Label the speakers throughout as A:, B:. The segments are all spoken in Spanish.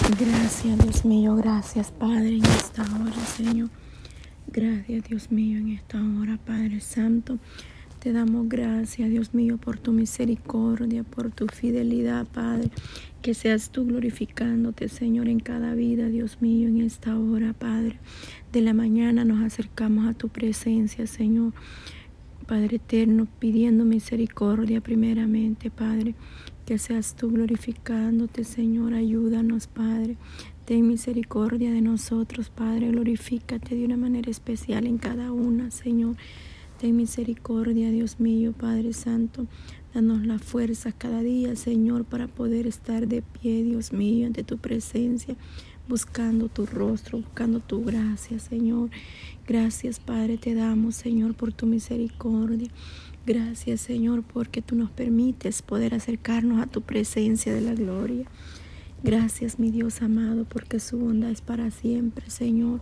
A: Gracias, Dios mío, gracias, Padre, en esta hora, Señor. Gracias, Dios mío, en esta hora, Padre Santo. Te damos gracias, Dios mío, por tu misericordia, por tu fidelidad, Padre. Que seas tú glorificándote, Señor, en cada vida, Dios mío, en esta hora, Padre. De la mañana nos acercamos a tu presencia, Señor. Padre eterno, pidiendo misericordia primeramente, Padre. Que seas tú glorificándote, Señor. Ayúdanos, Padre. Ten misericordia de nosotros, Padre. Glorifícate de una manera especial en cada una, Señor. Ten misericordia, Dios mío, Padre Santo. Danos la fuerza cada día, Señor, para poder estar de pie, Dios mío, ante tu presencia, buscando tu rostro, buscando tu gracia, Señor. Gracias, Padre, te damos, Señor, por tu misericordia. Gracias, Señor, porque tú nos permites poder acercarnos a tu presencia de la gloria. Gracias, mi Dios amado, porque su bondad es para siempre, Señor.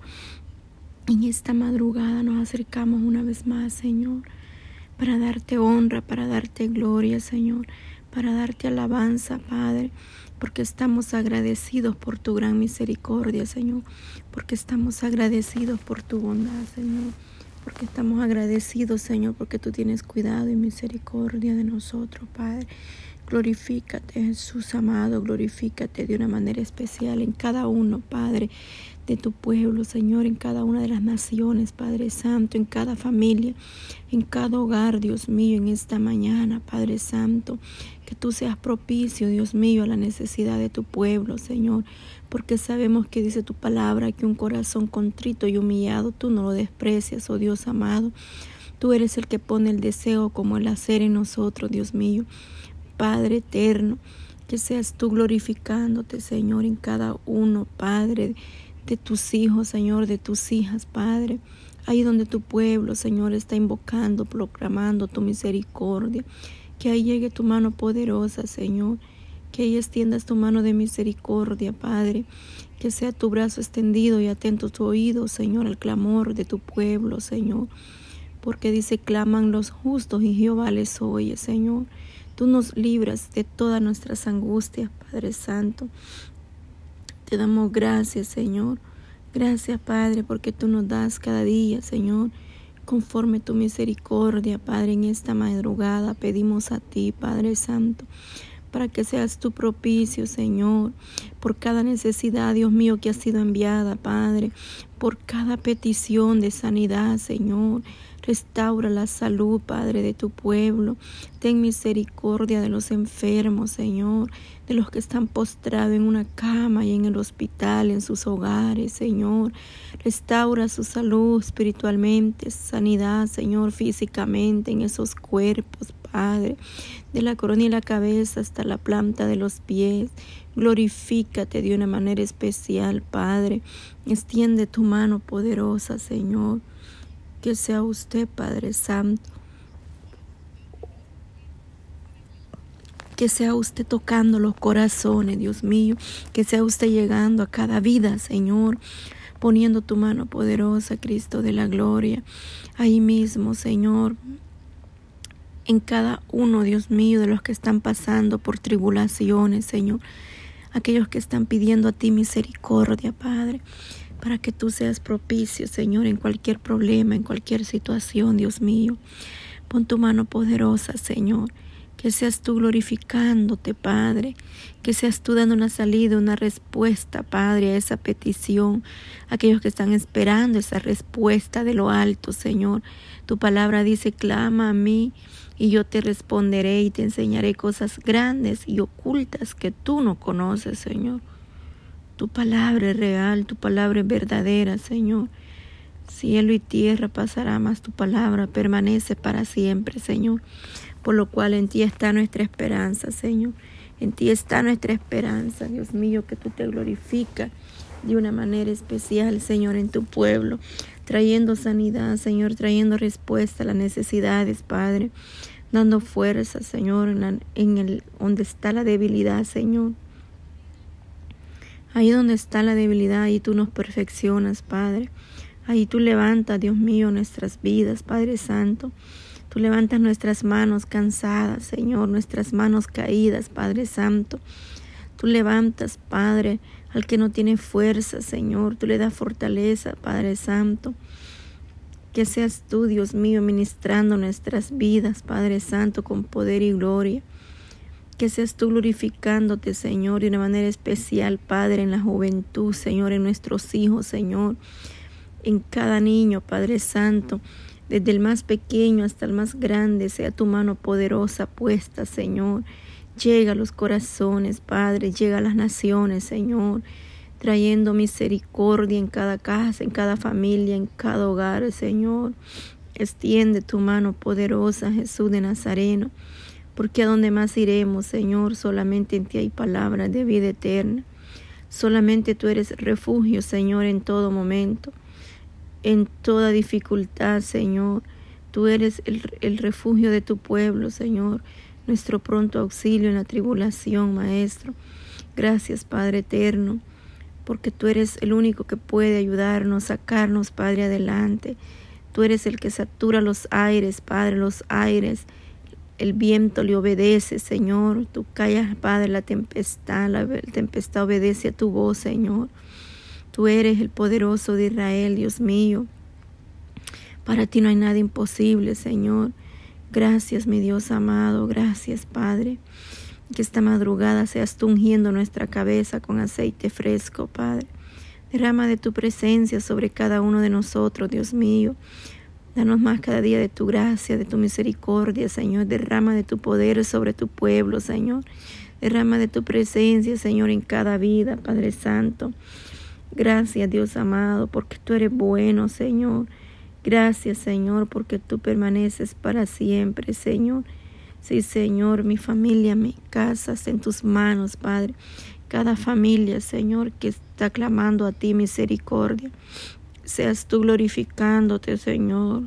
A: En esta madrugada nos acercamos una vez más, Señor, para darte honra, para darte gloria, Señor, para darte alabanza, Padre, porque estamos agradecidos por tu gran misericordia, Señor, porque estamos agradecidos por tu bondad, Señor, porque estamos agradecidos, Señor, porque tú tienes cuidado y misericordia de nosotros, Padre. Glorifícate, Jesús amado, glorifícate de una manera especial en cada uno, Padre, de tu pueblo, Señor, en cada una de las naciones, Padre Santo, en cada familia, en cada hogar, Dios mío, en esta mañana, Padre Santo, que tú seas propicio, Dios mío, a la necesidad de tu pueblo, Señor, porque sabemos que dice tu palabra que un corazón contrito y humillado tú no lo desprecias, oh Dios amado. Tú eres el que pone el deseo como el hacer en nosotros, Dios mío. Padre eterno, que seas tú glorificándote, Señor, en cada uno, Padre, de tus hijos, Señor, de tus hijas, Padre. Ahí donde tu pueblo, Señor, está invocando, proclamando tu misericordia. Que ahí llegue tu mano poderosa, Señor. Que ahí extiendas tu mano de misericordia, Padre. Que sea tu brazo extendido y atento tu oído, Señor, al clamor de tu pueblo, Señor. Porque dice, claman los justos y Jehová les oye, Señor. Tú nos libras de todas nuestras angustias, Padre Santo. Te damos gracias, Señor. Gracias, Padre, porque tú nos das cada día, Señor, conforme tu misericordia, Padre. En esta madrugada pedimos a ti, Padre Santo, para que seas tu propicio, Señor, por cada necesidad, Dios mío, que ha sido enviada, Padre, por cada petición de sanidad, Señor. Restaura la salud, Padre, de tu pueblo. Ten misericordia de los enfermos, Señor, de los que están postrados en una cama y en el hospital, en sus hogares, Señor. Restaura su salud espiritualmente, sanidad, Señor, físicamente en esos cuerpos, Padre, de la corona y la cabeza hasta la planta de los pies. Glorifícate de una manera especial, Padre. Extiende tu mano poderosa, Señor. Que sea usted, Padre Santo, que sea usted tocando los corazones, Dios mío, que sea usted llegando a cada vida, Señor, poniendo tu mano poderosa, Cristo de la gloria, ahí mismo, Señor, en cada uno, Dios mío, de los que están pasando por tribulaciones, Señor, aquellos que están pidiendo a ti misericordia, Padre, para que tú seas propicio, Señor, en cualquier problema, en cualquier situación, Dios mío. Pon tu mano poderosa, Señor, que seas tú glorificándote, Padre, que seas tú dando una salida, una respuesta, Padre, a esa petición, aquellos que están esperando esa respuesta de lo alto, Señor. Tu palabra dice, clama a mí y yo te responderé y te enseñaré cosas grandes y ocultas que tú no conoces, Señor. Tu palabra es real, tu palabra es verdadera, Señor. Cielo y tierra pasará, mas tu palabra permanece para siempre, Señor. Por lo cual en ti está nuestra esperanza, Señor. En ti está nuestra esperanza, Dios mío, que tú te glorificas de una manera especial, Señor, en tu pueblo. Trayendo sanidad, Señor, trayendo respuesta a las necesidades, Padre. Dando fuerza, Señor, donde está la debilidad, Señor. Ahí donde está la debilidad, ahí tú nos perfeccionas, Padre. Ahí tú levantas, Dios mío, nuestras vidas, Padre Santo. Tú levantas nuestras manos cansadas, Señor, nuestras manos caídas, Padre Santo. Tú levantas, Padre, al que no tiene fuerza, Señor. Tú le das fortaleza, Padre Santo. Que seas tú, Dios mío, ministrando nuestras vidas, Padre Santo, con poder y gloria. Que seas tú glorificándote, Señor, de una manera especial, Padre, en la juventud, Señor, en nuestros hijos, Señor, en cada niño, Padre Santo, desde el más pequeño hasta el más grande, sea tu mano poderosa puesta, Señor. Llega a los corazones, Padre, llega a las naciones, Señor, trayendo misericordia en cada casa, en cada familia, en cada hogar, Señor. Extiende tu mano poderosa, Jesús de Nazareno, porque a donde más iremos, Señor, solamente en ti hay palabras de vida eterna. Solamente tú eres refugio, Señor, en todo momento, en toda dificultad, Señor. Tú eres el refugio de tu pueblo, Señor, nuestro pronto auxilio en la tribulación, Maestro. Gracias, Padre eterno, porque tú eres el único que puede ayudarnos, sacarnos, Padre, adelante. Tú eres el que satura los aires, Padre, los aires. El viento le obedece, Señor. Tú callas, Padre, la tempestad obedece a tu voz, Señor. Tú eres el poderoso de Israel, Dios mío. Para ti no hay nada imposible, Señor. Gracias, mi Dios amado. Gracias, Padre. Que esta madrugada seas tú ungiendo nuestra cabeza con aceite fresco, Padre. Derrama de tu presencia sobre cada uno de nosotros, Dios mío. Danos más cada día de tu gracia, de tu misericordia, Señor. Derrama de tu poder sobre tu pueblo, Señor. Derrama de tu presencia, Señor, en cada vida, Padre Santo. Gracias, Dios amado, porque tú eres bueno, Señor. Gracias, Señor, porque tú permaneces para siempre, Señor. Sí, Señor, mi familia, mi casa, está en tus manos, Padre. Cada familia, Señor, que está clamando a ti misericordia. Seas tú glorificándote, Señor.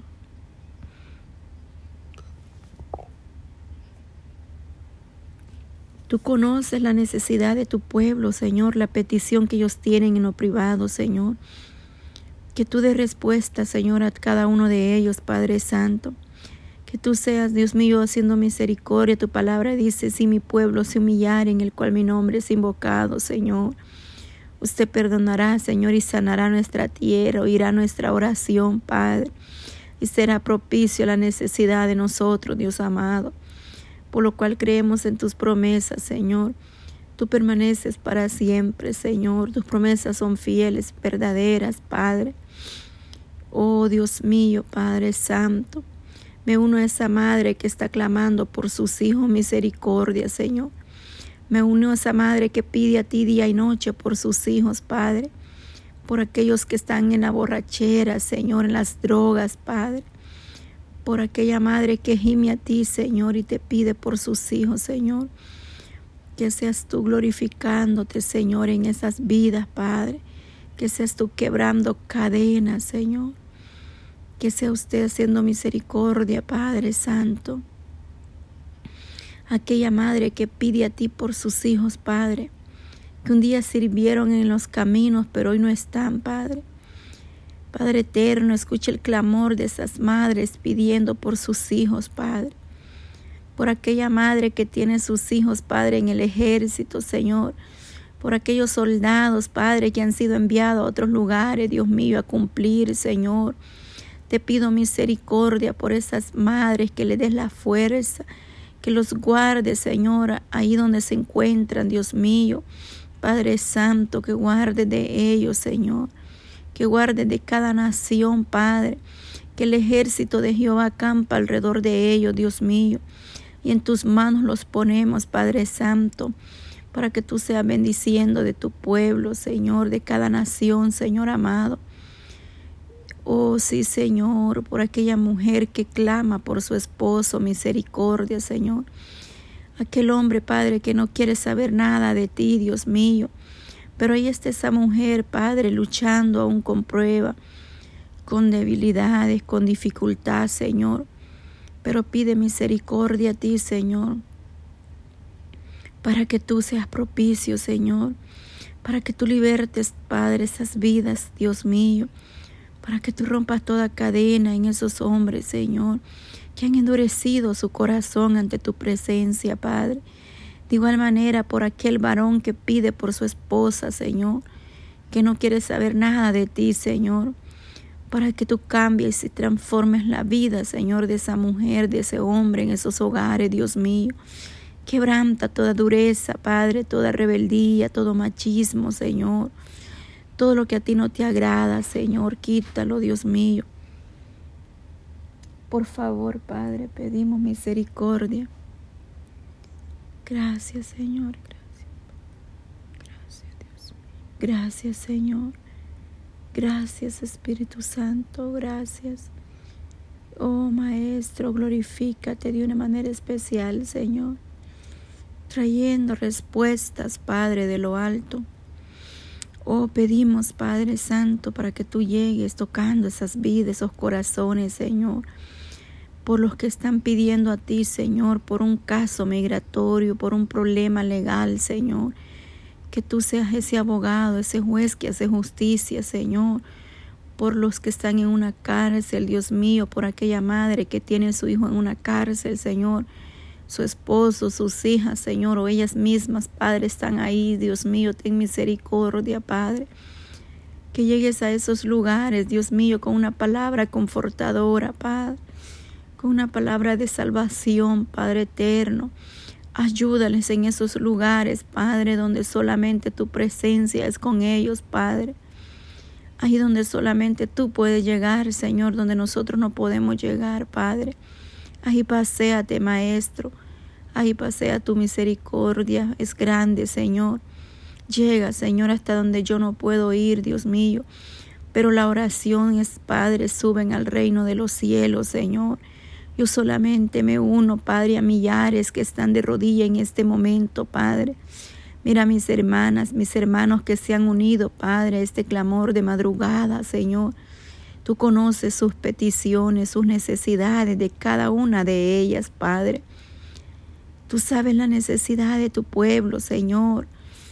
A: Tú conoces la necesidad de tu pueblo, Señor, la petición que ellos tienen en lo privado, Señor. Que tú des respuesta, Señor, a cada uno de ellos, Padre Santo. Que tú seas, Dios mío, haciendo misericordia. Tu palabra dice, si mi pueblo se humillare, en el cual mi nombre es invocado, Señor. Usted perdonará, Señor, y sanará nuestra tierra, oirá nuestra oración, Padre, y será propicio a la necesidad de nosotros, Dios amado, por lo cual creemos en tus promesas, Señor. Tú permaneces para siempre, Señor. Tus promesas son fieles, verdaderas, Padre. Oh, Dios mío, Padre Santo, me uno a esa madre que está clamando por sus hijos misericordia, Señor. Me uno a esa madre que pide a ti día y noche por sus hijos, Padre. Por aquellos que están en la borrachera, Señor, en las drogas, Padre. Por aquella madre que gime a ti, Señor, y te pide por sus hijos, Señor. Que seas tú glorificándote, Señor, en esas vidas, Padre. Que seas tú quebrando cadenas, Señor. Que sea usted haciendo misericordia, Padre Santo. Aquella madre que pide a ti por sus hijos, Padre, que un día sirvieron en los caminos, pero hoy no están, Padre. Padre eterno, escucha el clamor de esas madres pidiendo por sus hijos, Padre. Por aquella madre que tiene sus hijos, Padre, en el ejército, Señor. Por aquellos soldados, Padre, que han sido enviados a otros lugares, Dios mío, a cumplir, Señor. Te pido misericordia por esas madres, que le des la fuerza, que los guardes, Señor, ahí donde se encuentran, Dios mío. Padre Santo, que guardes de ellos, Señor. Que guardes de cada nación, Padre. Que el ejército de Jehová acampa alrededor de ellos, Dios mío. Y en tus manos los ponemos, Padre Santo, para que tú seas bendiciendo de tu pueblo, Señor, de cada nación, Señor amado. Oh, sí, Señor, por aquella mujer que clama por su esposo, misericordia, Señor. Aquel hombre, Padre, que no quiere saber nada de ti, Dios mío. Pero ahí está esa mujer, Padre, luchando aún con prueba, con debilidades, con dificultad, Señor. Pero pide misericordia a ti, Señor, para que tú seas propicio, Señor. Para que tú libertes, Padre, esas vidas, Dios mío. Para que tú rompas toda cadena en esos hombres, Señor, que han endurecido su corazón ante tu presencia, Padre. De igual manera por aquel varón que pide por su esposa, Señor, que no quiere saber nada de ti, Señor, para que tú cambies y transformes la vida, Señor, de esa mujer, de ese hombre en esos hogares, Dios mío. Quebranta toda dureza, Padre, toda rebeldía, todo machismo, Señor. Todo lo que a ti no te agrada, Señor, quítalo, Dios mío. Por favor, Padre, pedimos misericordia. Gracias, Señor, gracias. Gracias, Dios mío. Gracias, Señor. Gracias, Espíritu Santo, gracias. Oh, Maestro, glorifícate de una manera especial, Señor, trayendo respuestas, Padre, de lo alto. Oh, pedimos, Padre Santo, para que tú llegues tocando esas vidas, esos corazones, Señor, por los que están pidiendo a ti, Señor, por un caso migratorio, por un problema legal, Señor. Que tú seas ese abogado, ese juez que hace justicia, Señor, por los que están en una cárcel, Dios mío, por aquella madre que tiene a su hijo en una cárcel, Señor, su esposo, sus hijas, Señor, o ellas mismas, Padre, están ahí, Dios mío, ten misericordia, Padre. Que llegues a esos lugares, Dios mío, con una palabra confortadora, Padre, con una palabra de salvación, Padre eterno. Ayúdales en esos lugares, Padre, donde solamente tu presencia es con ellos, Padre. Ahí donde solamente tú puedes llegar, Señor, donde nosotros no podemos llegar, Padre. Ahí paséate, Maestro. Ahí pasea tu misericordia. Es grande, Señor. Llega, Señor, hasta donde yo no puedo ir, Dios mío. Pero la oración es, Padre, suben al reino de los cielos, Señor. Yo solamente me uno, Padre, a millares que están de rodilla en este momento, Padre. Mira a mis hermanas, mis hermanos que se han unido, Padre, a este clamor de madrugada, Señor. Tú conoces sus peticiones, sus necesidades de cada una de ellas, Padre. Tú sabes la necesidad de tu pueblo, Señor.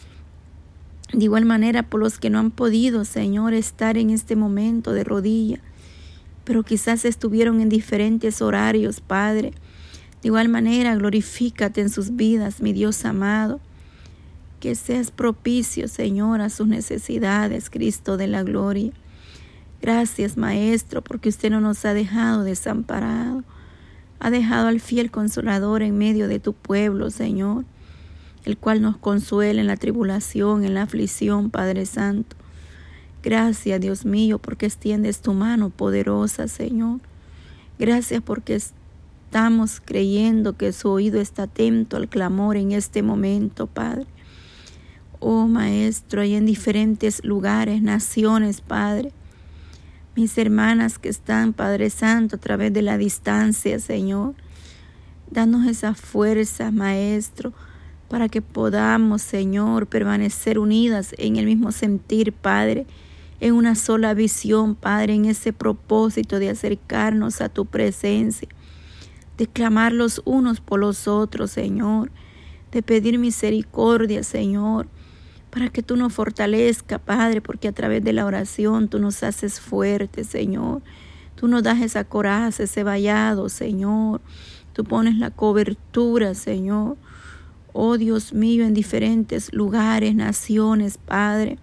A: De igual manera por los que no han podido, Señor, estar en este momento de rodilla, pero quizás estuvieron en diferentes horarios, Padre. De igual manera, glorifícate en sus vidas, mi Dios amado. Que seas propicio, Señor, a sus necesidades, Cristo de la gloria. Gracias, Maestro, porque usted no nos ha dejado desamparado. Ha dejado al fiel Consolador en medio de tu pueblo, Señor, el cual nos consuela en la tribulación, en la aflicción, Padre Santo. Gracias, Dios mío, porque extiendes tu mano poderosa, Señor. Gracias porque estamos creyendo que su oído está atento al clamor en este momento, Padre. Oh, Maestro, hay en diferentes lugares, naciones, Padre. Mis hermanas que están, Padre Santo, a través de la distancia, Señor. Danos esa fuerza, Maestro, para que podamos, Señor, permanecer unidas en el mismo sentir, Padre, en una sola visión, Padre, en ese propósito de acercarnos a tu presencia, de clamar los unos por los otros, Señor, de pedir misericordia, Señor, para que tú nos fortalezcas, Padre, porque a través de la oración tú nos haces fuertes, Señor. Tú nos das esa coraza, ese vallado, Señor. Tú pones la cobertura, Señor. Oh, Dios mío, en diferentes lugares, naciones, Padre.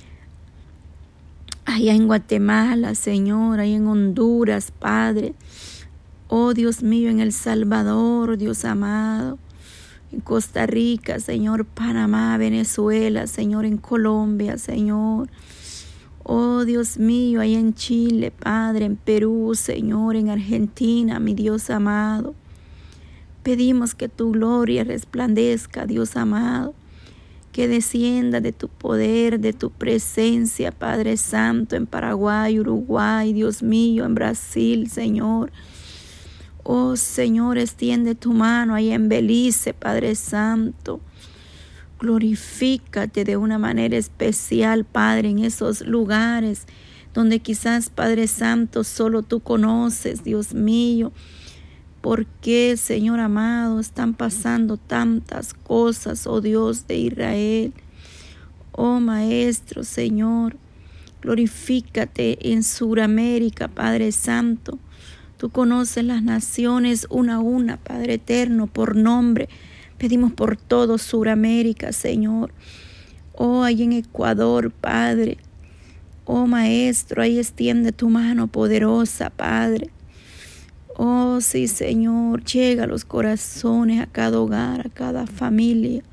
A: Allá en Guatemala, Señor, allá en Honduras, Padre. Oh, Dios mío, en El Salvador, Dios amado. En Costa Rica, Señor, Panamá, Venezuela, Señor, en Colombia, Señor. Oh, Dios mío, allá en Chile, Padre, en Perú, Señor, en Argentina, mi Dios amado. Pedimos que tu gloria resplandezca, Dios amado. Que descienda de tu poder, de tu presencia, Padre Santo, en Paraguay, Uruguay, Dios mío, en Brasil, Señor. Oh, Señor, extiende tu mano ahí en Belice, Padre Santo. Glorifícate de una manera especial, Padre, en esos lugares donde quizás, Padre Santo, solo tú conoces, Dios mío. ¿Por qué, Señor amado, están pasando tantas cosas, oh Dios de Israel? Oh Maestro, Señor, glorifícate en Sudamérica, Padre Santo. Tú conoces las naciones una a una, Padre eterno, por nombre, Pedimos por todo Suramérica, Señor. Oh, ahí en Ecuador, Padre. Oh, Maestro, ahí extiende tu mano poderosa, Padre. Oh, sí, Señor, llega a los corazones, a cada hogar, a cada familia.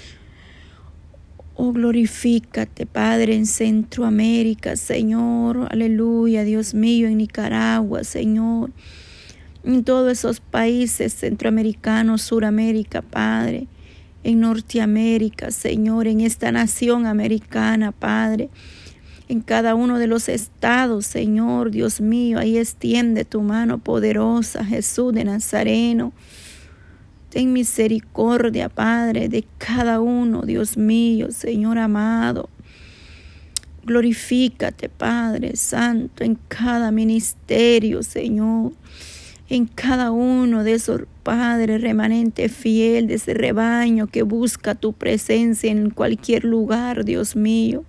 A: Oh, glorifícate, Padre, en Centroamérica, Señor. Aleluya, Dios mío, en Nicaragua, Señor. En todos esos países centroamericanos, Suramérica, Padre. En Norteamérica, Señor, en esta nación americana, Padre. En cada uno de los estados, Señor, Dios mío, ahí extiende tu mano poderosa, Jesús de Nazareno. Ten misericordia, Padre, de cada uno, Dios mío, Señor amado. Glorifícate, Padre Santo, en cada ministerio, Señor. En cada uno de esos, Padre, remanente fiel de ese rebaño que busca tu presencia en cualquier lugar, Dios mío.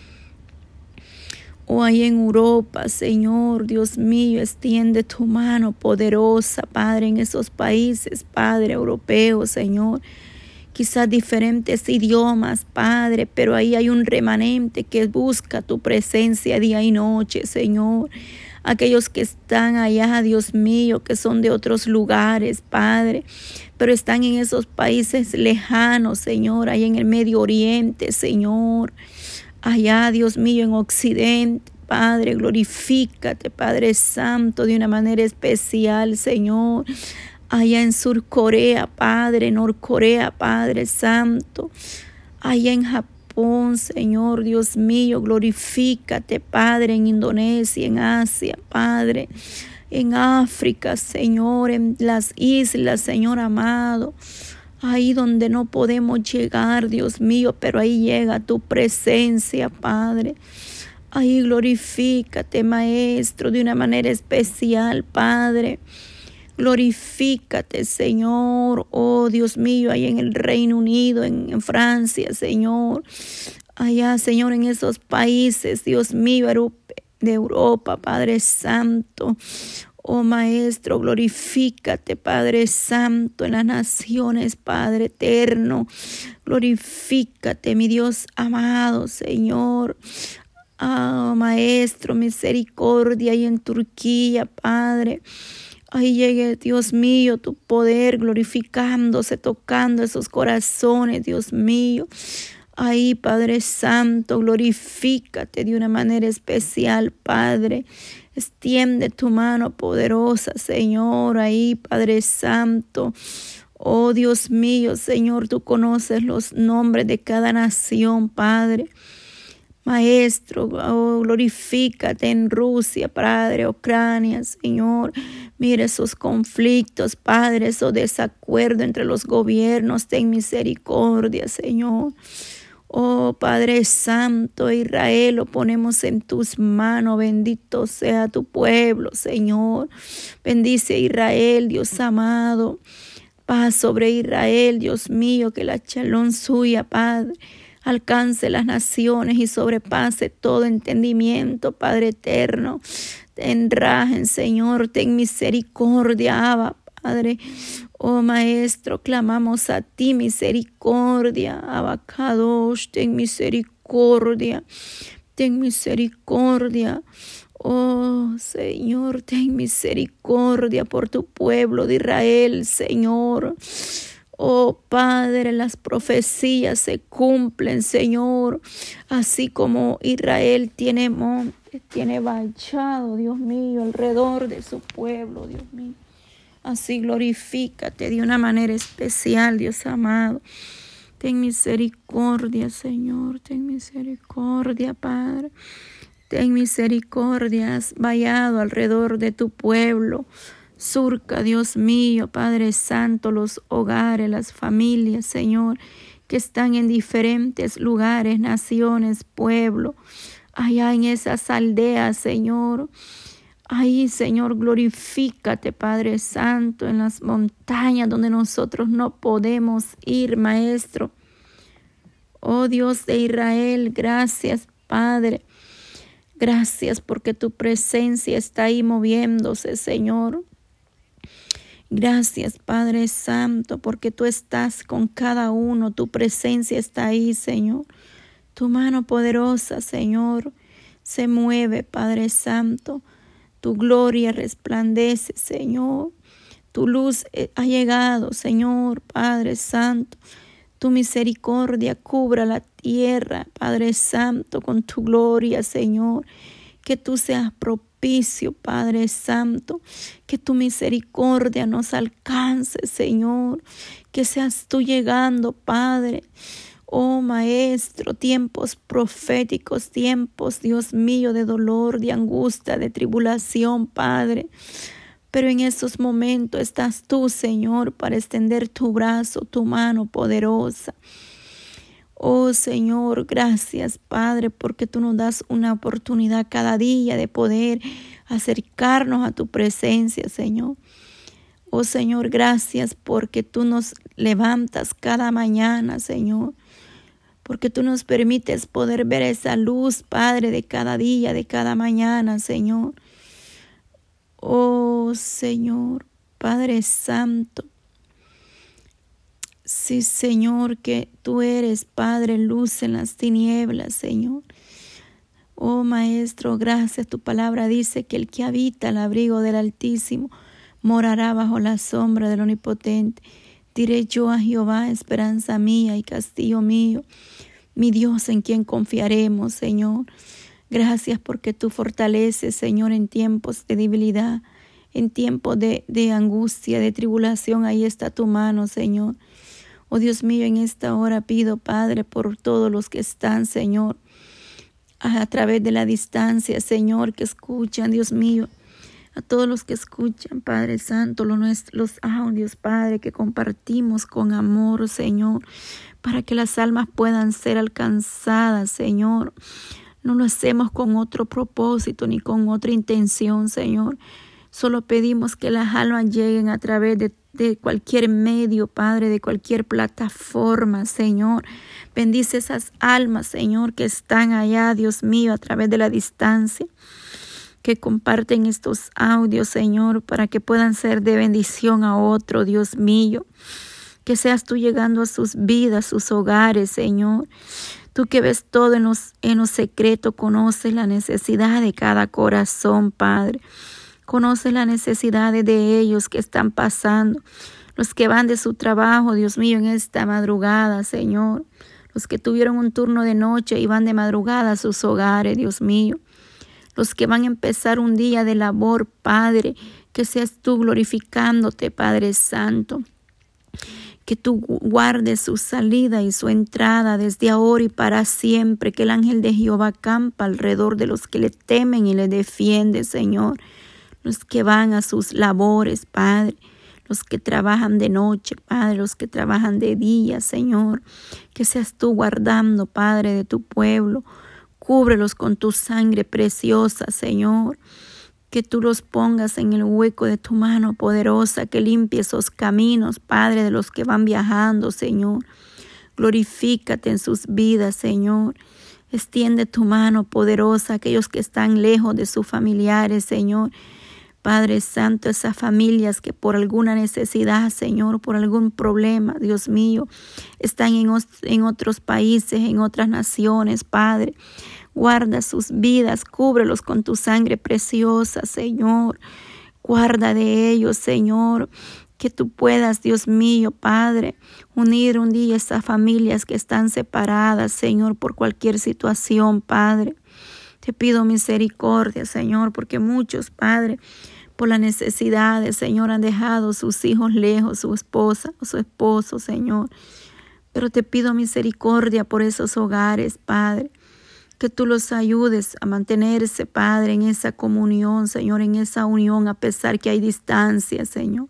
A: Oh, ahí en Europa, Señor, Dios mío, extiende tu mano poderosa, Padre, en esos países, Padre, europeos, Señor. Quizás diferentes idiomas, Padre, pero ahí hay un remanente que busca tu presencia día y noche, Señor. Aquellos que están allá, Dios mío, que son de otros lugares, Padre, pero están en esos países lejanos, Señor, ahí en el Medio Oriente, Señor. Allá, Dios mío, en Occidente, Padre, glorifícate, Padre Santo, de una manera especial, Señor. Allá en Sur Corea, Padre, Norcorea, Padre Santo. Allá en Japón, Señor, Dios mío, glorifícate, Padre, en Indonesia, en Asia, Padre. En África, Señor, en las islas, Señor amado. Ahí donde no podemos llegar, Dios mío, pero ahí llega tu presencia, Padre. Ahí glorifícate, Maestro, de una manera especial, Padre. Glorifícate, Señor. Oh, Dios mío, ahí en el Reino Unido, en Francia, Señor. Allá, Señor, en esos países, Dios mío, de Europa, Padre Santo. Oh Maestro, glorifícate, Padre Santo, en las naciones, Padre eterno. Glorifícate, mi Dios amado, Señor. Oh Maestro, misericordia, y en Turquía, Padre. Ahí llegue, Dios mío, tu poder glorificándose, tocando esos corazones, Dios mío. Ahí, Padre Santo, glorifícate de una manera especial, Padre. Extiende tu mano poderosa, Señor, ahí, Padre Santo. Oh, Dios mío, Señor, tú conoces los nombres de cada nación, Padre. Maestro, oh, glorifícate en Rusia, Padre, Ucrania, Señor. Mira esos conflictos, Padre, esos desacuerdos entre los gobiernos. Ten misericordia, Señor. Oh Padre Santo, Israel lo ponemos en tus manos. Bendito sea tu pueblo, Señor. Bendice a Israel, Dios amado. Paz sobre Israel, Dios mío, que la shalom suya, Padre, alcance las naciones y sobrepase todo entendimiento, Padre eterno. Enrajen, Señor, ten misericordia, Abba, Padre. Oh Maestro, clamamos a ti misericordia. Abacadosh, ten misericordia. Ten misericordia. Oh Señor, ten misericordia por tu pueblo de Israel, Señor. Oh Padre, las profecías se cumplen, Señor. Así como Israel tiene monte, tiene vallado, Dios mío, alrededor de su pueblo, Dios mío. Así glorifícate de una manera especial, Dios amado. Ten misericordia, Señor. Ten misericordia, Padre. Ten misericordia. Has vallado alrededor de tu pueblo. Surca, Dios mío, Padre Santo, los hogares, las familias, Señor, que están en diferentes lugares, naciones, pueblos. Allá en esas aldeas, Señor. Ahí, Señor, glorifícate, Padre Santo, en las montañas donde nosotros no podemos ir, Maestro. Oh Dios de Israel, gracias, Padre. Gracias porque tu presencia está ahí moviéndose, Señor. Gracias, Padre Santo, porque tú estás con cada uno. Tu presencia está ahí, Señor. Tu mano poderosa, Señor, se mueve, Padre Santo. Tu gloria resplandece, Señor. Tu luz ha llegado, Señor, Padre Santo. Tu misericordia cubra la tierra, Padre Santo, con tu gloria, Señor. Que tú seas propicio, Padre Santo. Que tu misericordia nos alcance, Señor. Que seas tú llegando, Padre. Oh Maestro, tiempos proféticos, tiempos, Dios mío, de dolor, de angustia, de tribulación, Padre. Pero en esos momentos estás tú, Señor, para extender tu brazo, tu mano poderosa. Oh Señor, gracias, Padre, porque tú nos das una oportunidad cada día de poder acercarnos a tu presencia, Señor. Oh Señor, gracias porque tú nos levantas cada mañana, Señor. Porque tú nos permites poder ver esa luz, Padre, de cada día, de cada mañana, Señor. Oh Señor, Padre Santo. Sí, Señor, que tú eres, Padre, luz en las tinieblas, Señor. Oh Maestro, gracias. Tu palabra dice que el que habita al abrigo del Altísimo morará bajo la sombra del Omnipotente. Diré yo a Jehová, esperanza mía y castillo mío, mi Dios en quien confiaremos, Señor. Gracias porque tú fortaleces, Señor, en tiempos de debilidad, en tiempos de angustia, de tribulación. Ahí está tu mano, Señor. Oh Dios mío, en esta hora pido, Padre, por todos los que están, Señor, a través de la distancia, Señor, que escuchan, Dios mío, a todos los que escuchan, Padre Santo, los audios, Padre, que compartimos con amor, Señor, para que las almas puedan ser alcanzadas, Señor. No lo hacemos con otro propósito ni con otra intención, Señor. Solo pedimos que las almas lleguen a través de cualquier medio, Padre, de cualquier plataforma, Señor. Bendice esas almas, Señor, que están allá, Dios mío, a través de la distancia, que comparten estos audios, Señor, para que puedan ser de bendición a otro, Dios mío. Que seas tú llegando a sus vidas, sus hogares, Señor. Tú que ves todo en lo secreto, conoces la necesidad de cada corazón, Padre. Conoces las necesidades de ellos que están pasando, los que van de su trabajo, Dios mío, en esta madrugada, Señor. Los que tuvieron un turno de noche y van de madrugada a sus hogares, Dios mío. Los que van a empezar un día de labor, Padre, que seas tú glorificándote, Padre Santo. Que tú guardes su salida y su entrada desde ahora y para siempre. Que el ángel de Jehová campa alrededor de los que le temen y le defiende, Señor. Los que van a sus labores, Padre. Los que trabajan de noche, Padre. Los que trabajan de día, Señor. Que seas tú guardando, Padre, de tu pueblo. Cúbrelos con tu sangre preciosa, Señor. Que tú los pongas en el hueco de tu mano poderosa, que limpie esos caminos, Padre, de los que van viajando, Señor. Glorifícate en sus vidas, Señor. Extiende tu mano poderosa a aquellos que están lejos de sus familiares, Señor. Padre Santo, esas familias que por alguna necesidad, Señor, por algún problema, Dios mío, están en otros países, en otras naciones, Padre. Guarda sus vidas, cúbrelos con tu sangre preciosa, Señor. Guarda de ellos, Señor. Que tú puedas, Dios mío, Padre, unir un día esas familias que están separadas, Señor, por cualquier situación, Padre. Te pido misericordia, Señor, porque muchos, Padre, por las necesidades, Señor, han dejado sus hijos lejos, su esposa o su esposo, Señor. Pero te pido misericordia por esos hogares, Padre. Que tú los ayudes a mantenerse, Padre, en esa comunión, Señor, en esa unión, a pesar que hay distancia, Señor.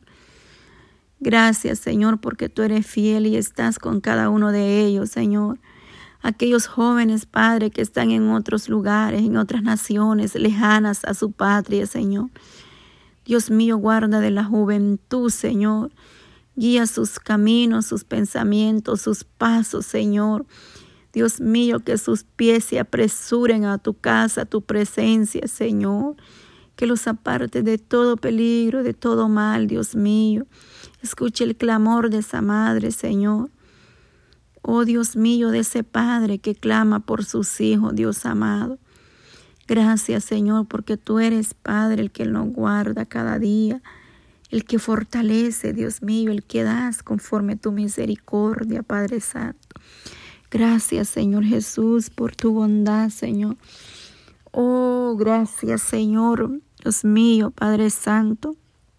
A: Gracias, Señor, porque tú eres fiel y estás con cada uno de ellos, Señor. Aquellos jóvenes, Padre, que están en otros lugares, en otras naciones, lejanas a su patria, Señor. Dios mío, guarda de la juventud, Señor. Guía sus caminos, sus pensamientos, sus pasos, Señor. Dios mío, que sus pies se apresuren a tu casa, a tu presencia, Señor. que los aparte de todo peligro, de todo mal, Dios mío. Escuche el clamor de esa madre, Señor. Oh Dios mío, de ese padre que clama por sus hijos, Dios amado. Gracias, Señor, porque tú eres, Padre, el que nos guarda cada día, el que fortalece, Dios mío, el que das conforme tu misericordia, Padre Santo. Gracias, Señor Jesús, por tu bondad, Señor. Oh, gracias, Señor, Dios mío, Padre Santo.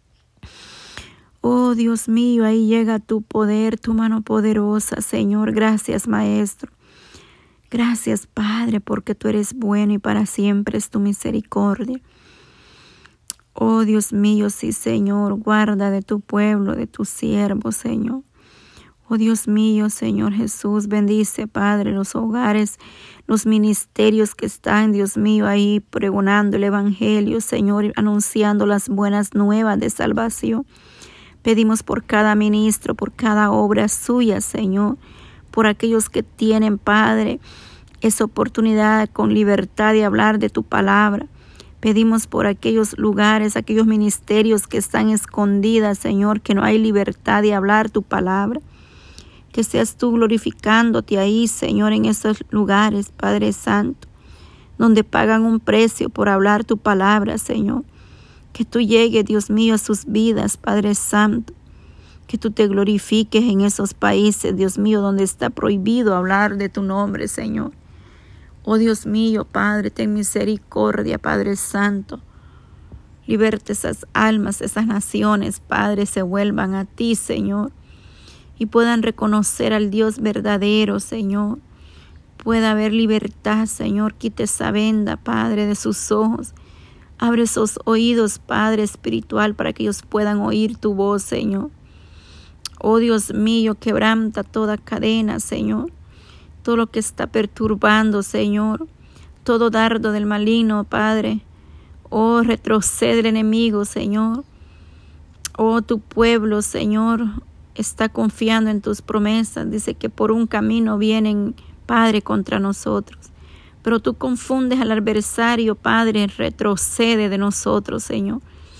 A: Oh, Dios mío, ahí llega tu poder, tu mano poderosa, Señor. Gracias, Maestro. Gracias, Padre, porque tú eres bueno y para siempre es tu misericordia. Oh, Dios mío, sí, Señor, guarda de tu pueblo, de tu siervo, Señor. Oh, Dios mío, Señor Jesús, bendice, Padre, los hogares, los ministerios que están, Dios mío, ahí pregonando el evangelio, Señor, anunciando las buenas nuevas de salvación. Pedimos por cada ministro, por cada obra suya, Señor, por aquellos que tienen, Padre, esa oportunidad con libertad de hablar de tu palabra. Pedimos por aquellos lugares, aquellos ministerios que están escondidas, Señor, que no hay libertad de hablar tu palabra. Que seas tú glorificándote ahí, Señor, en esos lugares, Padre Santo, donde pagan un precio por hablar tu palabra, Señor. Que tú llegues, Dios mío, a sus vidas, Padre Santo. Que tú te glorifiques en esos países, Dios mío, donde está prohibido hablar de tu nombre, Señor. Oh Dios mío, Padre, ten misericordia, Padre Santo. Liberte esas almas, esas naciones, Padre, se vuelvan a ti, Señor. Y puedan reconocer al Dios verdadero, Señor. Pueda haber libertad, Señor. Quite esa venda, Padre, de sus ojos. Abre esos oídos, Padre espiritual, para que ellos puedan oír tu voz, Señor. Oh Dios mío, quebranta toda cadena, Señor. Todo lo que está perturbando, Señor. Todo dardo del maligno, Padre. Oh, retrocede el enemigo, Señor. Oh, tu pueblo, Señor, está confiando en tus promesas. Dice que por un camino vienen, Padre, contra nosotros. Pero tú confundes al adversario, Padre, retrocede de nosotros, Señor.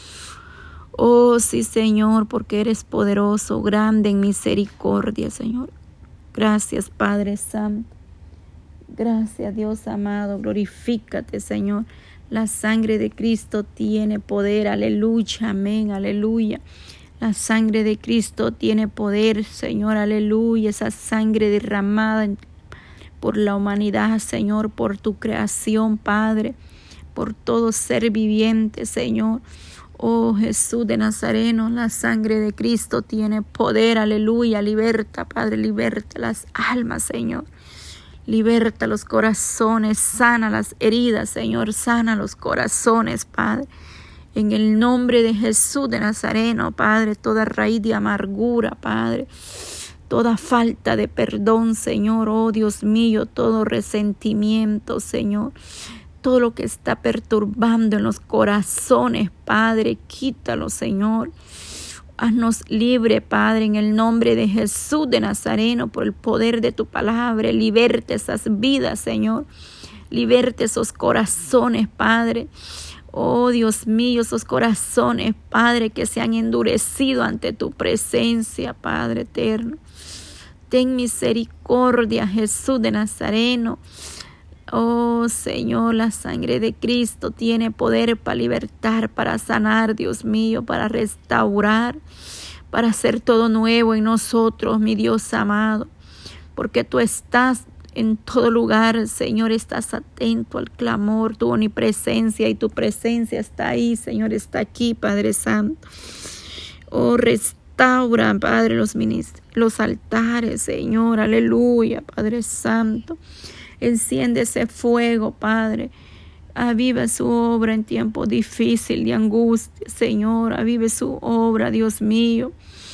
A: Oh, sí, Señor, porque eres poderoso, grande en misericordia, Señor. Gracias, Padre Santo. Gracias, Dios amado. Glorifícate, Señor. La sangre de Cristo tiene poder. Aleluya, amén, aleluya. La sangre de Cristo tiene poder, Señor, aleluya. Esa sangre derramada por la humanidad, Señor, por tu creación, Padre, por todo ser viviente, Señor. Oh Jesús de Nazareno, la sangre de Cristo tiene poder, aleluya. Liberta, Padre, liberta las almas, Señor. Liberta los corazones, sana las heridas, Señor, sana los corazones, Padre. En el nombre de Jesús de Nazareno, Padre, toda raíz de amargura, Padre, toda falta de perdón, Señor, oh Dios mío, todo resentimiento, Señor. Todo lo que está perturbando en los corazones, Padre, quítalo, Señor. Haznos libre, Padre, en el nombre de Jesús de Nazareno, por el poder de tu palabra. Liberte esas vidas, Señor. Liberte esos corazones, Padre. Oh, Dios mío, esos corazones, Padre, que se han endurecido ante tu presencia, Padre eterno. Ten misericordia, Jesús de Nazareno. Oh Señor, la sangre de Cristo tiene poder para libertar, para sanar, Dios mío, para restaurar, para hacer todo nuevo en nosotros, mi Dios amado. Porque tú estás en todo lugar, Señor, estás atento al clamor, tu omnipresencia, y tu presencia está ahí, Señor, está aquí, Padre Santo. Oh, restaura, Padre, los altares, Señor, aleluya, Padre Santo. Enciende ese fuego, Padre. Aviva su obra en tiempo difícil de angustia, Señor. Avive su obra, Dios mío.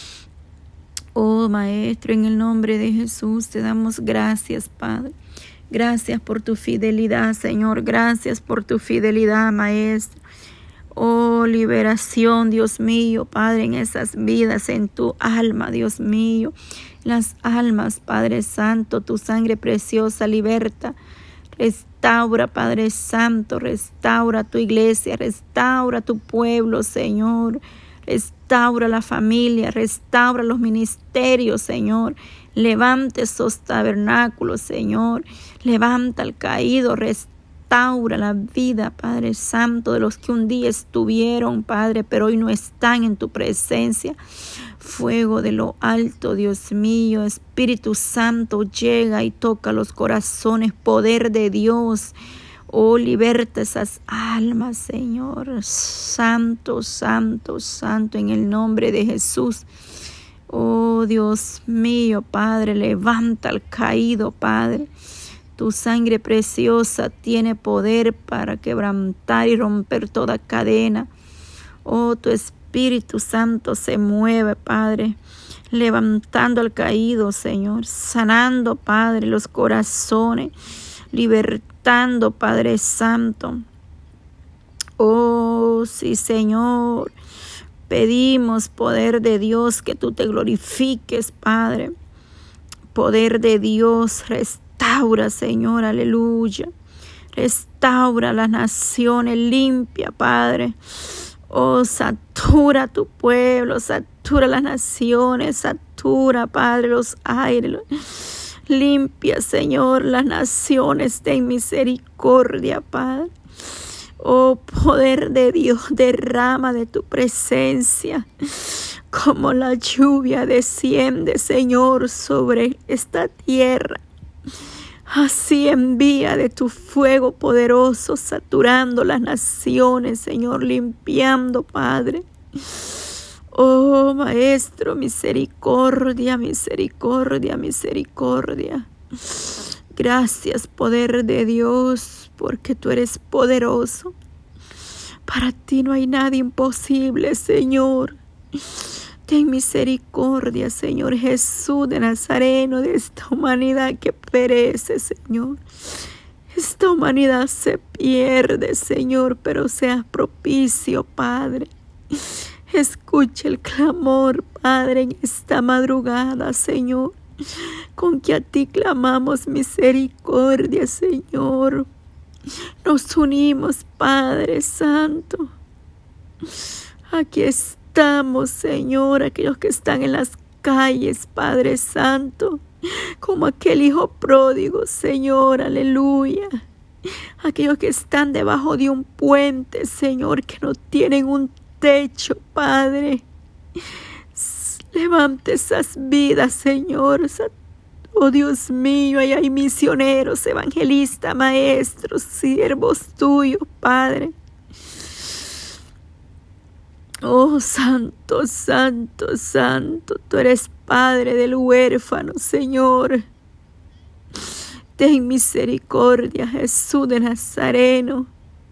A: Oh, Maestro, en el nombre de Jesús te damos gracias, Padre. Gracias por tu fidelidad, Señor. Gracias por tu fidelidad, Maestro. Oh, liberación, Dios mío, Padre, en esas vidas, en tu alma, Dios mío. Las almas, Padre Santo, tu sangre preciosa liberta. Restaura, Padre Santo, restaura tu iglesia, restaura tu pueblo, Señor. Restaura la familia, restaura los ministerios, Señor. Levanta esos tabernáculos, Señor. Levanta al caído, restaura la vida, Padre Santo, de los que un día estuvieron, Padre, pero hoy no están en tu presencia. Fuego de lo alto, Dios mío, Espíritu Santo, llega y toca los corazones, poder de Dios. Oh, liberta esas almas, Señor. Santo, santo, santo, en el nombre de Jesús. Oh, Dios mío, Padre, levanta al caído, Padre. Tu sangre preciosa tiene poder para quebrantar y romper toda cadena. Oh, tu Espíritu Santo se mueve, Padre, levantando al caído, Señor, sanando, Padre, los corazones, libertando, Padre Santo. Oh, sí, Señor, pedimos, poder de Dios, que tú te glorifiques, Padre. Poder de Dios, restaura, Señor, aleluya. Restaura las naciones, limpia, Padre. Oh, satura tu pueblo, satura las naciones, satura, Padre, los aires. Limpia, Señor, las naciones, ten misericordia, Padre. Oh, poder de Dios, derrama de tu presencia. Como la lluvia desciende, Señor, sobre esta tierra. Así envía de tu fuego poderoso, saturando las naciones, Señor, limpiando, Padre. Oh, Maestro, misericordia, misericordia, misericordia. Gracias, poder de Dios, porque tú eres poderoso. Para ti no hay nada imposible, Señor. Ten misericordia, Señor Jesús de Nazareno, de esta humanidad que perece, Señor. Esta humanidad se pierde, Señor, pero seas propicio, Padre. Escucha el clamor, Padre, en esta madrugada, Señor, con que a ti clamamos misericordia, Señor. Nos unimos, Padre Santo. Aquí estamos, Señor, aquellos que están en las calles, Padre Santo, como aquel hijo pródigo, Señor, aleluya. Aquellos que están debajo de un puente, Señor, que no tienen un techo, Padre. Levante esas vidas, Señor. Oh, Dios mío, ahí hay misioneros, evangelistas, maestros, siervos tuyos, Padre. Oh, santo, santo, santo, tú eres Padre del huérfano, Señor. Ten misericordia, Jesús de Nazareno.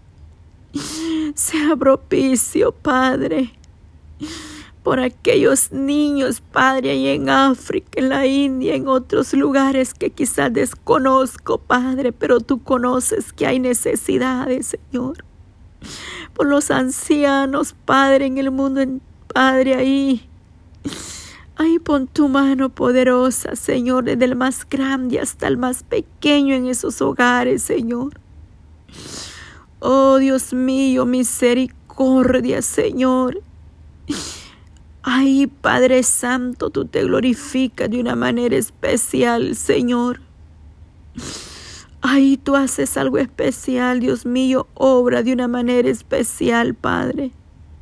A: Sea propicio, Padre, por aquellos niños, Padre, ahí en África, en la India, en otros lugares que quizás desconozco, Padre, pero tú conoces que hay necesidades, Señor. Por los ancianos, Padre, en el mundo, Padre, ahí pon tu mano poderosa, Señor, desde el más grande hasta el más pequeño en esos hogares, Señor. Oh, Dios mío, misericordia, Señor. Ay, Padre Santo, tú te glorificas de una manera especial, Señor. Ay, tú haces algo especial, Dios mío, obra de una manera especial, Padre.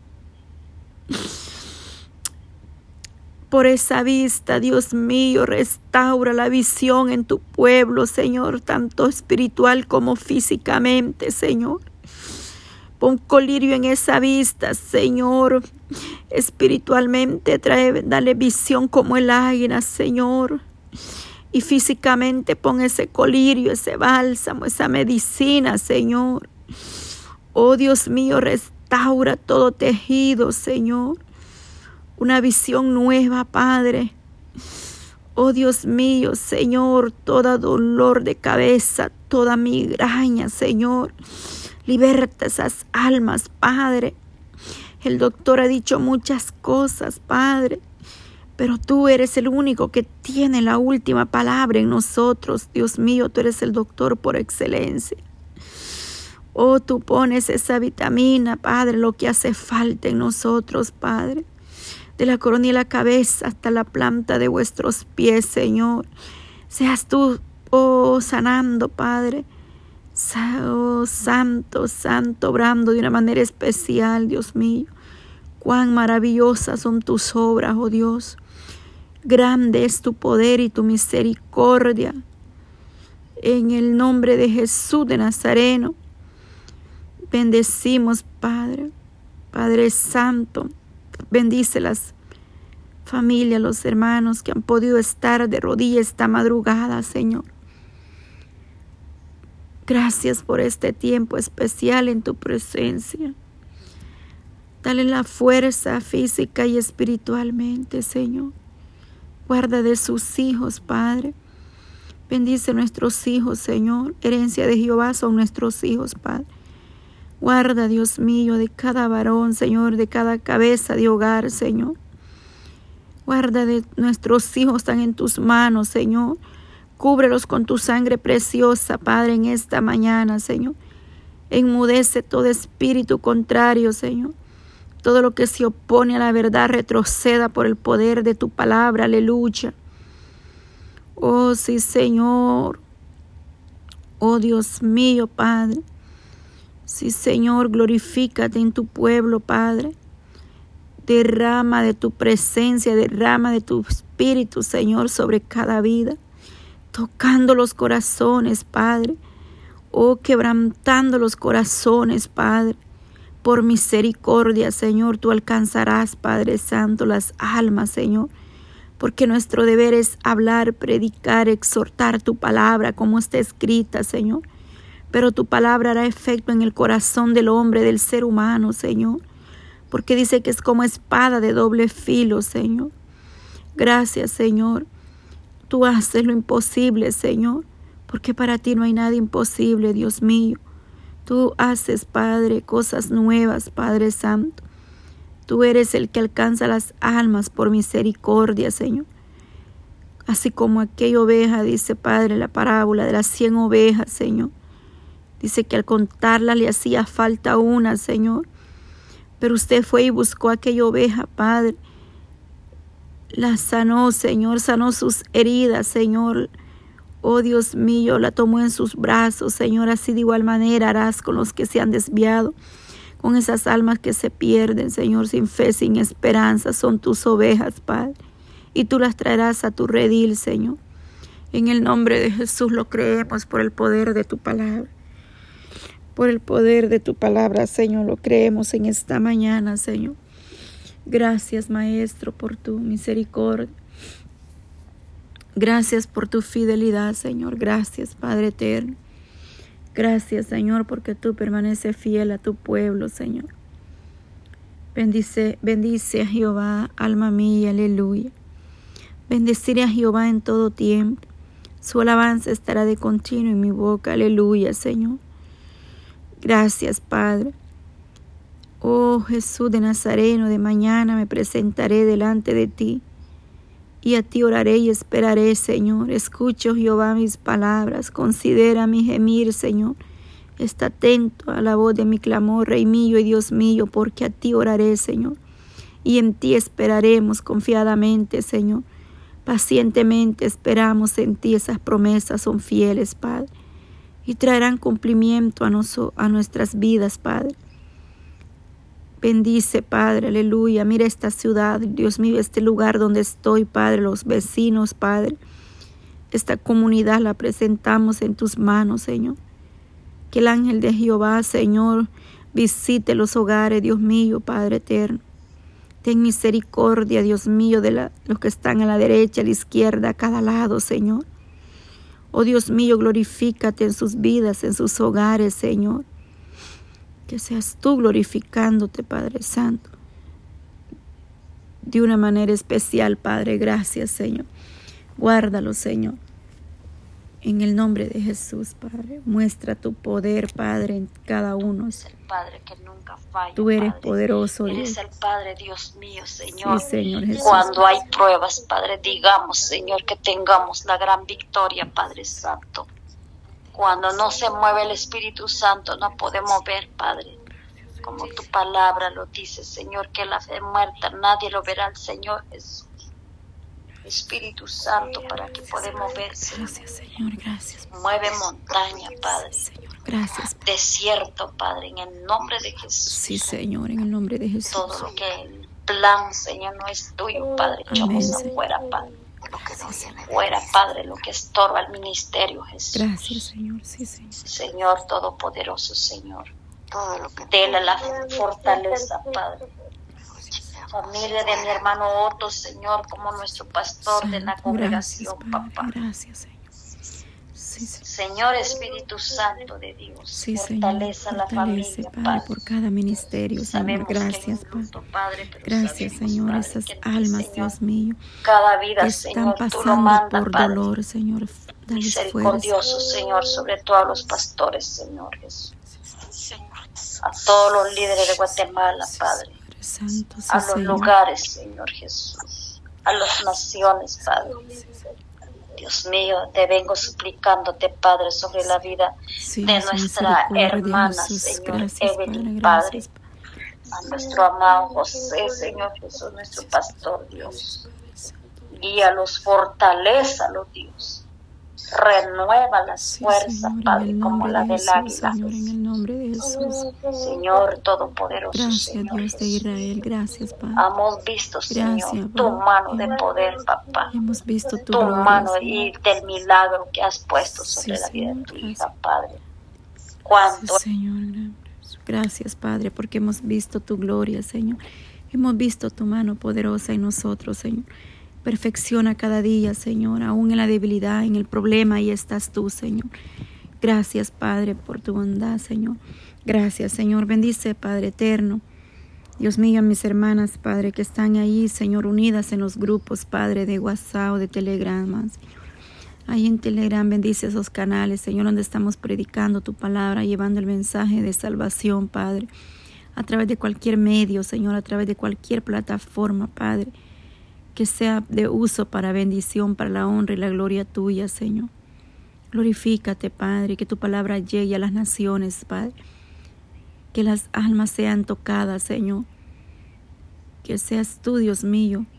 A: Por esa vista, Dios mío, restaura la visión en tu pueblo, Señor, tanto espiritual como físicamente, Señor. Pon colirio en esa vista, Señor. Espiritualmente dale visión como el águila, Señor. Y físicamente pon ese colirio, ese bálsamo, esa medicina, Señor. Oh, Dios mío, restaura todo tejido, Señor. Una visión nueva, Padre. Oh, Dios mío, Señor, todo dolor de cabeza, toda migraña, Señor. Liberta esas almas, Padre. El doctor ha dicho muchas cosas, Padre, pero tú eres el único que tiene la última palabra en nosotros. Dios mío, tú eres el doctor por excelencia. Oh, tú pones esa vitamina, Padre, lo que hace falta en nosotros, Padre. De la coronilla de la cabeza hasta la planta de vuestros pies, Señor. Seas tú, oh, sanando, Padre. Oh, santo, santo, obrando de una manera especial, Dios mío. Cuán maravillosas son tus obras, oh Dios. Grande es tu poder y tu misericordia. En el nombre de Jesús de Nazareno, bendecimos, Padre. Padre Santo, bendice las familias, los hermanos que han podido estar de rodillas esta madrugada, Señor. Gracias por este tiempo especial en tu presencia. Dale la fuerza física y espiritualmente, Señor. Guarda de sus hijos, Padre. Bendice nuestros hijos, Señor. Herencia de Jehová son nuestros hijos, Padre. Guarda, Dios mío, de cada varón, Señor, de cada cabeza de hogar, Señor. Guarda de nuestros hijos, están en tus manos, Señor. Cúbrelos con tu sangre preciosa, Padre, en esta mañana, Señor. Enmudece todo espíritu contrario, Señor. Todo lo que se opone a la verdad retroceda por el poder de tu palabra, aleluya. Oh, sí, Señor. Oh, Dios mío, Padre. Sí, Señor, glorifícate en tu pueblo, Padre. Derrama de tu presencia, derrama de tu espíritu, Señor, sobre cada vida. Tocando los corazones, Padre. Oh, quebrantando los corazones, Padre. Por misericordia, Señor, tú alcanzarás, Padre Santo, las almas, Señor. Porque nuestro deber es hablar, predicar, exhortar tu palabra como está escrita, Señor. Pero tu palabra hará efecto en el corazón del hombre, del ser humano, Señor. Porque dice que es como espada de doble filo, Señor. Gracias, Señor. Tú haces lo imposible, Señor. Porque para ti no hay nada imposible, Dios mío. Tú haces, Padre, cosas nuevas, Padre Santo. Tú eres el que alcanza las almas por misericordia, Señor. Así como aquella oveja, dice, Padre, la parábola de las 100 ovejas, Señor. Dice que al contarla le hacía falta una, Señor. Pero usted fue y buscó aquella oveja, Padre. La sanó, Señor, sanó sus heridas, Señor. Oh, Dios mío, la tomó en sus brazos, Señor. Así de igual manera harás con los que se han desviado, con esas almas que se pierden, Señor, sin fe, sin esperanza. Son tus ovejas, Padre. Y tú las traerás a tu redil, Señor. En el nombre de Jesús lo creemos por el poder de tu palabra. Por el poder de tu palabra, Señor, lo creemos en esta mañana, Señor. Gracias, Maestro, por tu misericordia. Gracias por tu fidelidad, Señor. Gracias, Padre eterno. Gracias, Señor, porque tú permaneces fiel a tu pueblo, Señor. Bendice a Jehová, alma mía, aleluya. Bendeciré a Jehová en todo tiempo. Su alabanza estará de continuo en mi boca, aleluya, Señor. Gracias, Padre. Oh, Jesús de Nazareno, de mañana me presentaré delante de ti. Y a ti oraré y esperaré, Señor. Escucho, Jehová, mis palabras. Considera mi gemir, Señor. Está atento a la voz de mi clamor, Rey mío y Dios mío, porque a ti oraré, Señor. Y en ti esperaremos confiadamente, Señor. Pacientemente esperamos en ti. Esas promesas son fieles, Padre. Y traerán cumplimiento a nuestras vidas, Padre. Bendice, Padre, aleluya. Mira esta ciudad, Dios mío, este lugar donde estoy, Padre, los vecinos, Padre. Esta comunidad la presentamos en tus manos, Señor. Que el ángel de Jehová, Señor, visite los hogares, Dios mío, Padre eterno. Ten misericordia, Dios mío, de los que están a la derecha, a la izquierda, a cada lado, Señor. Oh Dios mío, glorifícate en sus vidas, en sus hogares, Señor. Que seas tú glorificándote, Padre Santo. De una manera especial, Padre. Gracias, Señor. Guárdalo, Señor. En el nombre de Jesús, Padre, muestra tu poder, Padre, en cada uno.
B: Es el Padre que nunca falla.
A: Tú eres
B: Padre.
A: poderoso, Dios.
B: Eres el Padre, Dios mío, Señor.
A: Sí, Señor Jesús.
B: Cuando hay pruebas, Padre, digamos, Señor, que tengamos la gran victoria, Padre Santo. Cuando no se mueve el Espíritu Santo, no podemos ver, Padre. Como tu palabra lo dice, Señor, que la fe muerta nadie lo verá al Señor Jesús. Espíritu Santo, para que podamos ver.
A: Gracias, Señor, gracias.
B: Mueve montaña, Padre.
A: Señor, gracias.
B: Desierto, Padre, en el nombre de Jesús.
A: Sí, Señor, en el nombre de Jesús.
B: Todo lo que el plan, Señor, no es tuyo, Padre. Echamos afuera, Padre. Lo que no viene fuera, Padre, lo que estorba el ministerio, Jesús.
A: Gracias, Señor, sí, Señor.
B: Señor Todopoderoso, Señor. Todo lo que dele la fortaleza, Padre. Familia de mi hermano Otto, Señor, como nuestro pastor de la congregación,
A: gracias,
B: papá.
A: Gracias, Señor. Sí,
B: Señor Espíritu Santo de Dios,
A: sí,
B: fortaleza
A: Señor,
B: la familia,
A: Padre, por cada ministerio, Señor.
B: Sabemos
A: Gracias,
B: que hay un luto,
A: Padre.
B: pero
A: Gracias,
B: sabemos,
A: Señor,
B: Padre,
A: esas
B: que
A: almas,
B: Señor,
A: Dios mío,
B: cada vida,
A: que están
B: Señor, tú lo
A: pasando
B: mandas,
A: por
B: Padre.
A: dolor, Señor. Dales fuerza.
B: Misericordioso, Señor, sobre todos los pastores, Señor Jesús. A todos los líderes de Guatemala, Padre.
A: Santo, sí,
B: A los
A: Señor.
B: lugares, Señor Jesús. A las naciones, Padre. Dios mío, te vengo suplicándote, Padre, sobre la vida
A: Sí,
B: de
A: su
B: nuestra
A: misericordia,
B: hermana,
A: Jesús.
B: Señor
A: Gracias,
B: Evelyn,
A: Padre,
B: Padre.
A: gracias,
B: A nuestro amado José, Señor Jesús, nuestro pastor, Dios. Guíalos, fortalézalos, Dios. Renueva las
A: Sí,
B: fuerzas,
A: Señor, en
B: Padre,
A: el
B: como
A: nombre
B: la
A: de
B: del
A: Jesús,
B: águila.
A: Señor, en el nombre de Jesús.
B: Señor Todopoderoso,
A: Gracias,
B: Señor
A: Dios de
B: Jesús.
A: Israel, gracias, Padre.
B: Hemos visto, Señor,
A: Gracias,
B: tu
A: Padre.
B: mano de poder, papá.
A: Hemos visto tu
B: Tu
A: gloria,
B: mano
A: Señor.
B: y del milagro que has puesto
A: Sí,
B: sobre la vida de
A: Señor,
B: tu
A: gracias.
B: hija, Padre.
A: Sí,
B: Cuánto
A: Señor, gracias, Padre, porque hemos visto tu gloria, Señor. Hemos visto tu mano poderosa en nosotros, Señor. Perfecciona cada día, Señor, aún en la debilidad, en el problema, ahí estás tú, Señor. Gracias, Padre, por tu bondad, Señor. Gracias, Señor. Bendice, Padre eterno. Dios mío, a mis hermanas, Padre, que están ahí, Señor, unidas en los grupos, Padre, de WhatsApp o de Telegram, Señor. Ahí en Telegram bendice esos canales, Señor, donde estamos predicando tu palabra, llevando el mensaje de salvación, Padre, a través de cualquier medio, Señor, a través de cualquier plataforma, Padre, que sea de uso para bendición, para la honra y la gloria tuya, Señor. Glorifícate, Padre, que tu palabra llegue a las naciones, Padre. Que las almas sean tocadas, Señor. Que seas tú, Dios mío.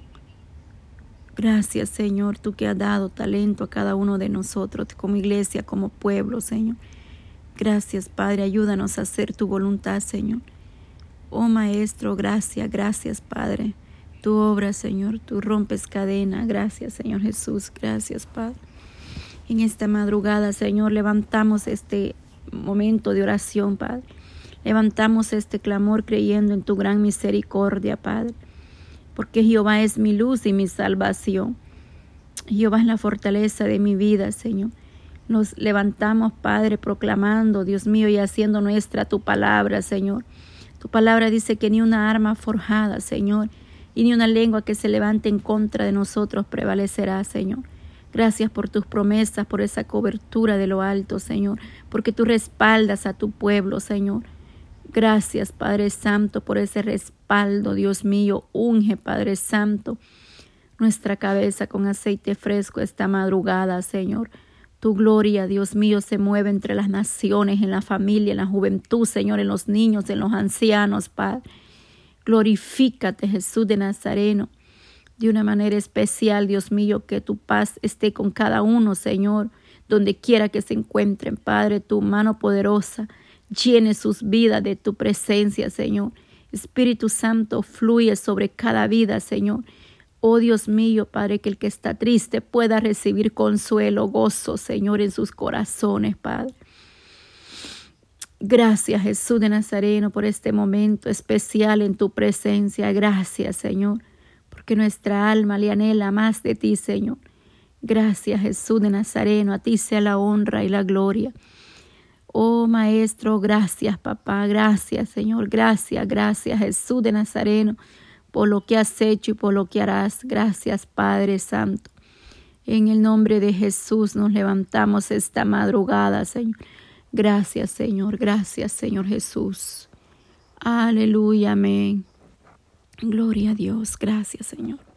A: Gracias, Señor, tú que has dado talento a cada uno de nosotros, como iglesia, como pueblo, Señor. Gracias, Padre, ayúdanos a hacer tu voluntad, Señor. Oh, Maestro, gracias, Padre. Tu obra, Señor, tú rompes cadena. Gracias, Señor Jesús. Gracias, Padre. En esta madrugada, Señor, levantamos este momento de oración, Padre. Levantamos este clamor creyendo en tu gran misericordia, Padre. Porque Jehová es mi luz y mi salvación. Jehová es la fortaleza de mi vida, Señor. Nos levantamos, Padre, proclamando, Dios mío, y haciendo nuestra tu palabra, Señor. Tu palabra dice que ni una arma forjada, Señor, y ni una lengua que se levante en contra de nosotros prevalecerá, Señor. Gracias por tus promesas, por esa cobertura de lo alto, Señor, porque tú respaldas a tu pueblo, Señor. Gracias, Padre Santo, por ese respaldo, Dios mío. Unge, Padre Santo, nuestra cabeza con aceite fresco esta madrugada, Señor. Tu gloria, Dios mío, se mueve entre las naciones, en la familia, en la juventud, Señor, en los niños, en los ancianos, Padre. Glorifícate, Jesús de Nazareno, de una manera especial, Dios mío, que tu paz esté con cada uno, Señor, donde quiera que se encuentren, Padre, tu mano poderosa llene sus vidas de tu presencia, Señor. Espíritu Santo, fluye sobre cada vida, Señor. Oh Dios mío, Padre, que el que está triste pueda recibir consuelo, gozo, Señor, en sus corazones, Padre. Gracias, Jesús de Nazareno, por este momento especial en tu presencia. Gracias, Señor, porque nuestra alma le anhela más de ti, Señor. Gracias, Jesús de Nazareno, a ti sea la honra y la gloria. Oh, Maestro, gracias, papá, gracias, Señor, gracias, Jesús de Nazareno, por lo que has hecho y por lo que harás. Gracias, Padre Santo. En el nombre de Jesús nos levantamos esta madrugada, Señor. Gracias, Señor. Gracias, Señor Jesús. Aleluya, amén. Gloria a Dios. Gracias, Señor.